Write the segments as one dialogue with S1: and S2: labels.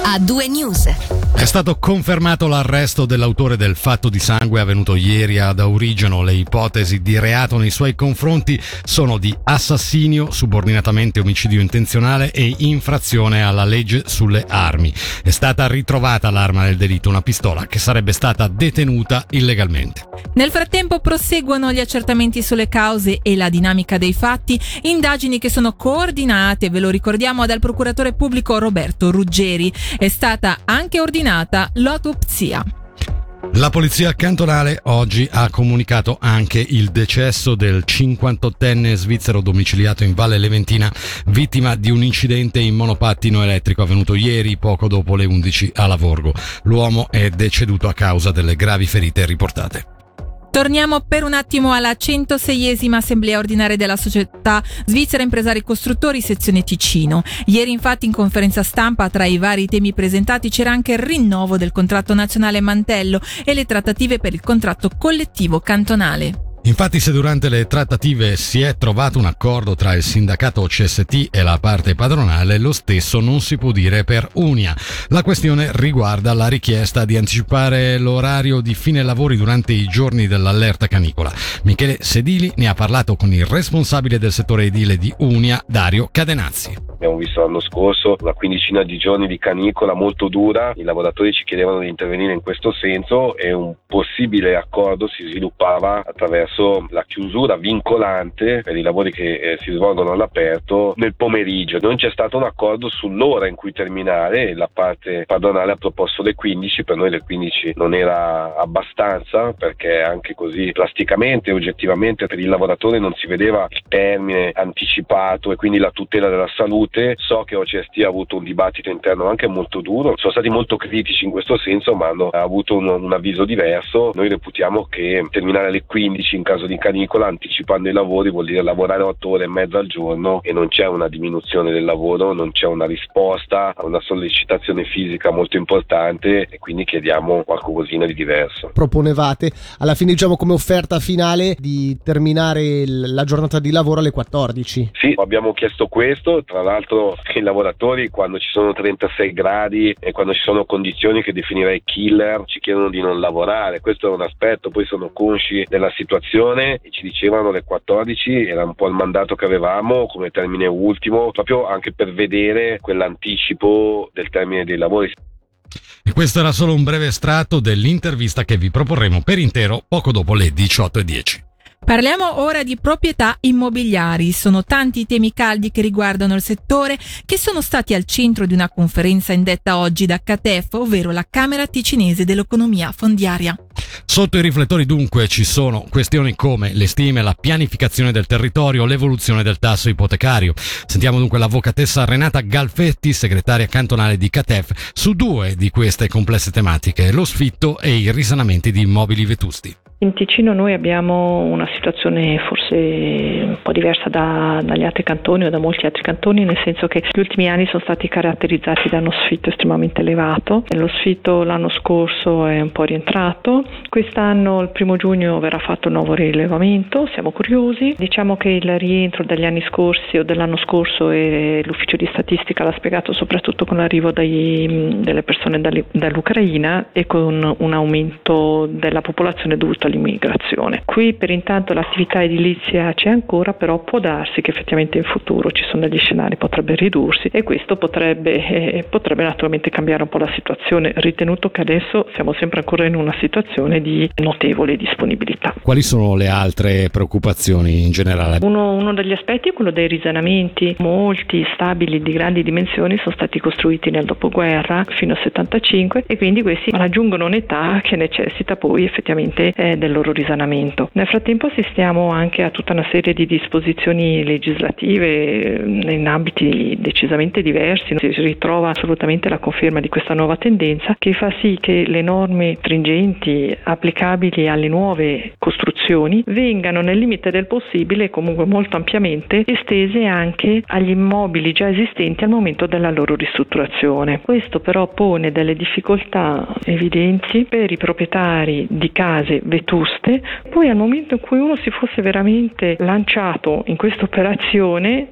S1: A2 News.
S2: È stato confermato l'arresto dell'autore del fatto di sangue avvenuto ieri ad Aurigeno. Le ipotesi di reato nei suoi confronti sono di assassinio, subordinatamente omicidio intenzionale e infrazione alla legge sulle armi. È stata ritrovata l'arma del delitto, una pistola che sarebbe stata detenuta illegalmente.
S3: Nel frattempo proseguono gli accertamenti sulle cause e la dinamica dei fatti, indagini che sono coordinate, ve lo ricordiamo, dal procuratore pubblico Roberto Ruggeri. È stata anche ordinata l'autopsia.
S2: La polizia cantonale oggi ha comunicato anche il decesso del 58enne svizzero domiciliato in Valle Leventina, vittima di un incidente in monopattino elettrico avvenuto ieri poco dopo le 11 a Lavorgo. L'uomo è deceduto a causa delle gravi ferite riportate.
S3: Torniamo per un attimo alla 106esima assemblea ordinaria della Società Svizzera Impresari Costruttori sezione Ticino. Ieri infatti in conferenza stampa tra i vari temi presentati c'era anche il rinnovo del contratto nazionale mantello e le trattative per il contratto collettivo cantonale.
S2: Infatti, se durante le trattative si è trovato un accordo tra il sindacato CST e la parte padronale, lo stesso non si può dire per Unia. La questione riguarda la richiesta di anticipare l'orario di fine lavori durante i giorni dell'allerta canicola. Michele Sedili ne ha parlato con il responsabile del settore edile di Unia, Dario Cadenazzi.
S4: Abbiamo visto l'anno scorso una quindicina di giorni di canicola molto dura, i lavoratori ci chiedevano di intervenire in questo senso e un possibile accordo si sviluppava attraverso la chiusura vincolante per i lavori che si svolgono all'aperto nel pomeriggio. Non c'è stato un accordo sull'ora in cui terminare e la parte padronale ha proposto le 15, per noi le 15 non era abbastanza perché anche così plasticamente e oggettivamente per il lavoratore non si vedeva il termine anticipato e quindi la tutela della salute. So che OCST ha avuto un dibattito interno anche molto duro, sono stati molto critici in questo senso ma hanno avuto un avviso diverso. Noi reputiamo che terminare alle 15 in caso di canicola anticipando i lavori vuol dire lavorare 8 ore e mezza al giorno e non c'è una diminuzione del lavoro, non c'è una risposta a una sollecitazione fisica molto importante e quindi chiediamo qualcosina di diverso.
S5: Proponevate alla fine, diciamo, come offerta finale di terminare la giornata di lavoro alle 14?
S4: Sì, abbiamo chiesto questo, tra l'altro i lavoratori quando ci sono 36 gradi e quando ci sono condizioni che definirei killer ci chiedono di non lavorare, questo è un aspetto, poi sono consci della situazione e ci dicevano le 14 era un po' il mandato che avevamo come termine ultimo, proprio anche per vedere quell'anticipo del termine dei lavori.
S2: E questo era solo un breve estratto dell'intervista che vi proporremo per intero poco dopo le 18:10.
S3: Parliamo ora di proprietà immobiliari. Sono tanti i temi caldi che riguardano il settore che sono stati al centro di una conferenza indetta oggi da CATEF, ovvero la Camera Ticinese dell'Economia Fondiaria.
S2: Sotto i riflettori dunque ci sono questioni come le stime, la pianificazione del territorio, l'evoluzione del tasso ipotecario. Sentiamo dunque l'avvocatessa Renata Galfetti, segretaria cantonale di CATEF, su due di queste complesse tematiche, lo sfitto e i risanamenti di immobili vetusti.
S6: In Ticino noi abbiamo una situazione forse un po' diversa dagli altri cantoni o da molti altri cantoni, nel senso che gli ultimi anni sono stati caratterizzati da uno sfitto estremamente elevato. Lo sfitto l'anno scorso è un po' rientrato, quest'anno il 1 giugno verrà fatto un nuovo rilevamento, siamo curiosi. Diciamo che il rientro dagli anni scorsi o dell'anno scorso e l'ufficio di statistica l'ha spiegato soprattutto con l'arrivo delle persone dall'Ucraina e con un aumento della popolazione dovuto all'immigrazione. Qui per intanto l'attività edilizia c'è ancora, però può darsi che effettivamente in futuro ci sono degli scenari, potrebbe ridursi e questo potrebbe naturalmente cambiare un po' la situazione, ritenuto che adesso siamo sempre ancora in una situazione di notevole disponibilità.
S2: Quali sono le altre preoccupazioni in generale?
S6: Uno degli aspetti è quello dei risanamenti. Molti stabili di grandi dimensioni sono stati costruiti nel dopoguerra fino al 75 e quindi questi raggiungono un'età che necessita poi effettivamente del loro risanamento. Nel frattempo assistiamo anche a tutta una serie di disposizioni legislative in ambiti decisamente diversi. Si ritrova assolutamente la conferma di questa nuova tendenza che fa sì che le norme stringenti applicabili alle nuove costruzioni vengano nel limite del possibile e comunque molto ampiamente estese anche agli immobili già esistenti al momento della loro ristrutturazione. Questo però pone delle difficoltà evidenti per i proprietari di case vetuste. Poi al momento in cui uno si fosse veramente lanciato in questa operazione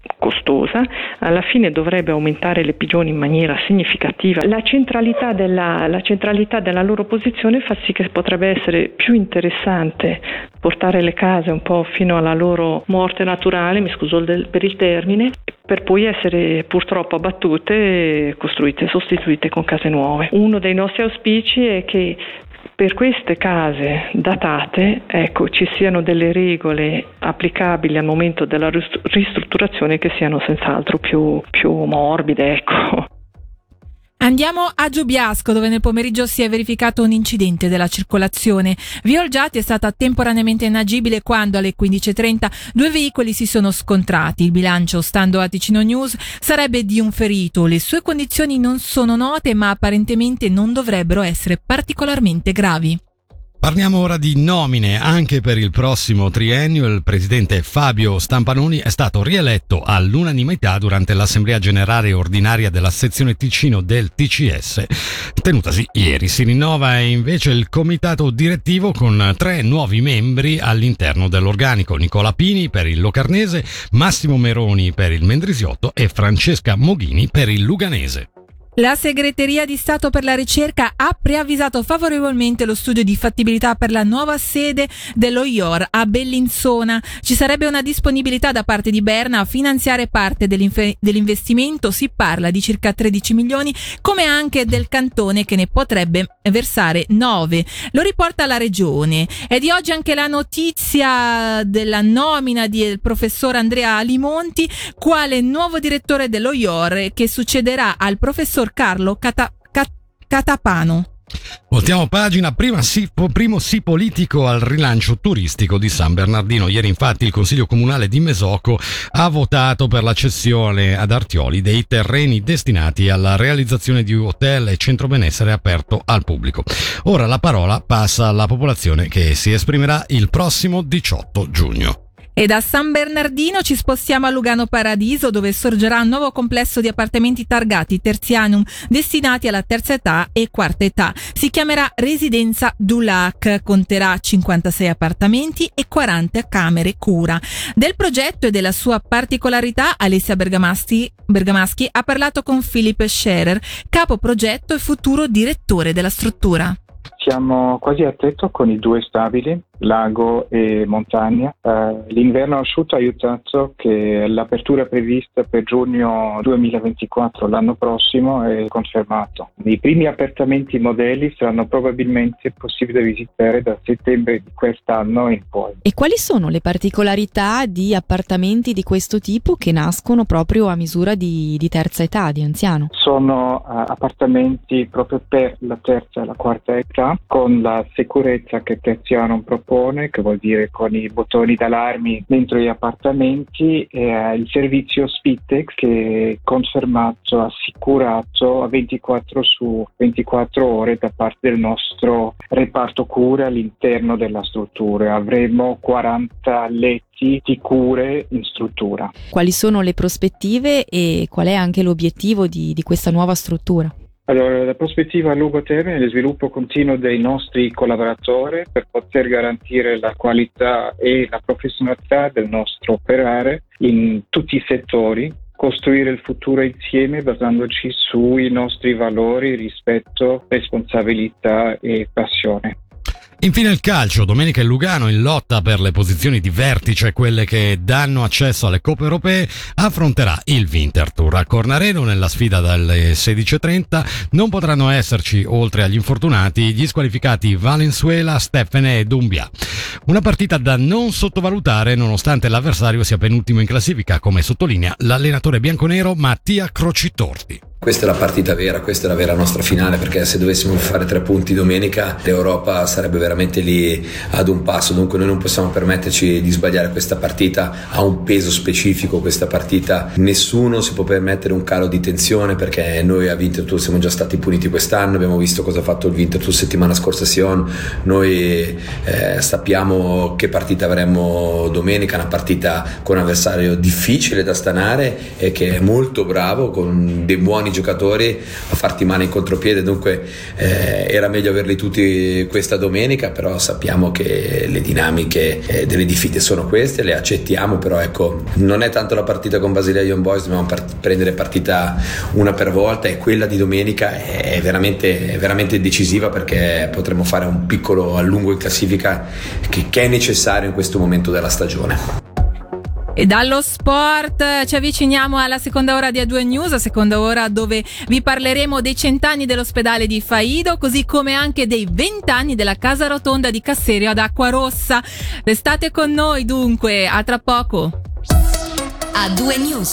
S6: costosa, alla fine dovrebbe aumentare le pigioni in maniera significativa. La centralità della loro posizione fa sì che potrebbe essere più interessante portare le case un po' fino alla loro morte naturale, mi scuso per il termine, per poi essere purtroppo abbattute, costruite e sostituite con case nuove. Uno dei nostri auspici è che per queste case datate, ci siano delle regole applicabili al momento della ristrutturazione che siano senz'altro più morbide, ecco.
S3: Andiamo a Giubiasco, dove nel pomeriggio si è verificato un incidente della circolazione. Via Olgiati è stata temporaneamente inagibile quando alle 15:30 due veicoli si sono scontrati. Il bilancio, stando a Ticino News, sarebbe di un ferito. Le sue condizioni non sono note, ma apparentemente non dovrebbero essere particolarmente gravi.
S2: Parliamo ora di nomine. Anche per il prossimo triennio il presidente Fabio Stampanoni è stato rieletto all'unanimità durante l'assemblea generale ordinaria della sezione Ticino del TCS, tenutasi ieri. Si rinnova invece il comitato direttivo con 3 nuovi membri all'interno dell'organico: Nicola Pini per il Locarnese, Massimo Meroni per il Mendrisiotto e Francesca Moghini per il Luganese.
S3: La Segreteria di Stato per la Ricerca ha preavvisato favorevolmente lo studio di fattibilità per la nuova sede dello IOR a Bellinzona. Ci sarebbe una disponibilità da parte di Berna a finanziare parte dell'investimento, si parla di circa 13 milioni, come anche del cantone che ne potrebbe versare 9. Lo riporta la Regione. È di oggi anche la notizia della nomina del professor Andrea Limonti quale nuovo direttore dello IOR, che succederà al professor Carlo Catapano.
S2: Voltiamo pagina. Primo sì politico al rilancio turistico di San Bernardino. Ieri infatti il Consiglio Comunale di Mesocco ha votato per la cessione ad Artioli dei terreni destinati alla realizzazione di hotel e centro benessere aperto al pubblico. Ora la parola passa alla popolazione, che si esprimerà il prossimo 18 giugno.
S3: E da San Bernardino ci spostiamo a Lugano Paradiso, dove sorgerà un nuovo complesso di appartamenti targati Tertianum, destinati alla terza età e quarta età. Si chiamerà Residenza Dulac, conterà 56 appartamenti e 40 camere cura. Del progetto e della sua particolarità Alessia Bergamaschi ha parlato con Philip Scherer, capo progetto e futuro direttore della struttura.
S1: Siamo quasi a tetto con i 2 stabili, lago e montagna. L'inverno asciutto ha aiutato che l'apertura prevista per giugno 2024, l'anno prossimo, è confermato. I primi appartamenti modelli saranno probabilmente possibili da visitare da settembre di quest'anno in poi.
S7: E quali sono le particolarità di appartamenti di questo tipo che nascono proprio a misura di terza età, di anziano?
S1: Sono appartamenti proprio per la terza e la quarta età, con la sicurezza che Tertianum propone, che vuol dire con i bottoni d'allarmi dentro gli appartamenti, e il servizio Spitex, che è confermato, assicurato a 24 su 24 ore da parte del nostro reparto cure all'interno della struttura. Avremo 40 letti di cure in struttura.
S7: Quali sono le prospettive e qual è anche l'obiettivo di questa nuova struttura?
S1: Allora, la prospettiva a lungo termine è lo sviluppo continuo dei nostri collaboratori per poter garantire la qualità e la professionalità del nostro operare in tutti i settori, costruire il futuro insieme basandoci sui nostri valori, rispetto, responsabilità e passione.
S2: Infine il calcio. Domenica il Lugano, in lotta per le posizioni di vertice, quelle che danno accesso alle coppe europee, affronterà il Winterthur a Cornareno nella sfida dalle 16:30. Non potranno esserci, oltre agli infortunati, gli squalificati Valenzuela, Stefane e Dumbia. Una partita da non sottovalutare nonostante l'avversario sia penultimo in classifica, come sottolinea l'allenatore bianconero Mattia Crocitorti.
S8: Questa è la partita vera, questa è la vera nostra finale, perché se dovessimo fare 3 punti domenica l'Europa sarebbe veramente lì ad un passo. Dunque noi non possiamo permetterci di sbagliare questa partita, ha un peso specifico questa partita, nessuno si può permettere un calo di tensione, perché noi a Winterthur siamo già stati puniti quest'anno, abbiamo visto cosa ha fatto il Winterthur settimana scorsa a Sion. Noi sappiamo che partita avremo domenica, una partita con un avversario difficile da stanare e che è molto bravo, con dei buoni giocatori a farti male in contropiede, dunque era meglio averli tutti questa domenica, però sappiamo che le dinamiche delle diffide sono queste, le accettiamo, però ecco, non è tanto la partita con Basilea Young Boys, dobbiamo prendere partita una per volta, e quella di domenica è veramente decisiva, perché potremo fare un piccolo allungo in classifica che è necessario in questo momento della stagione.
S3: E dallo sport ci avviciniamo alla seconda ora di A2 News, seconda ora dove vi parleremo dei 100 anni dell'ospedale di Faido, così come anche dei 20 anni della Casa Rotonda di Casserio ad Acquarossa. Restate con noi dunque, a tra poco.
S9: A2 News.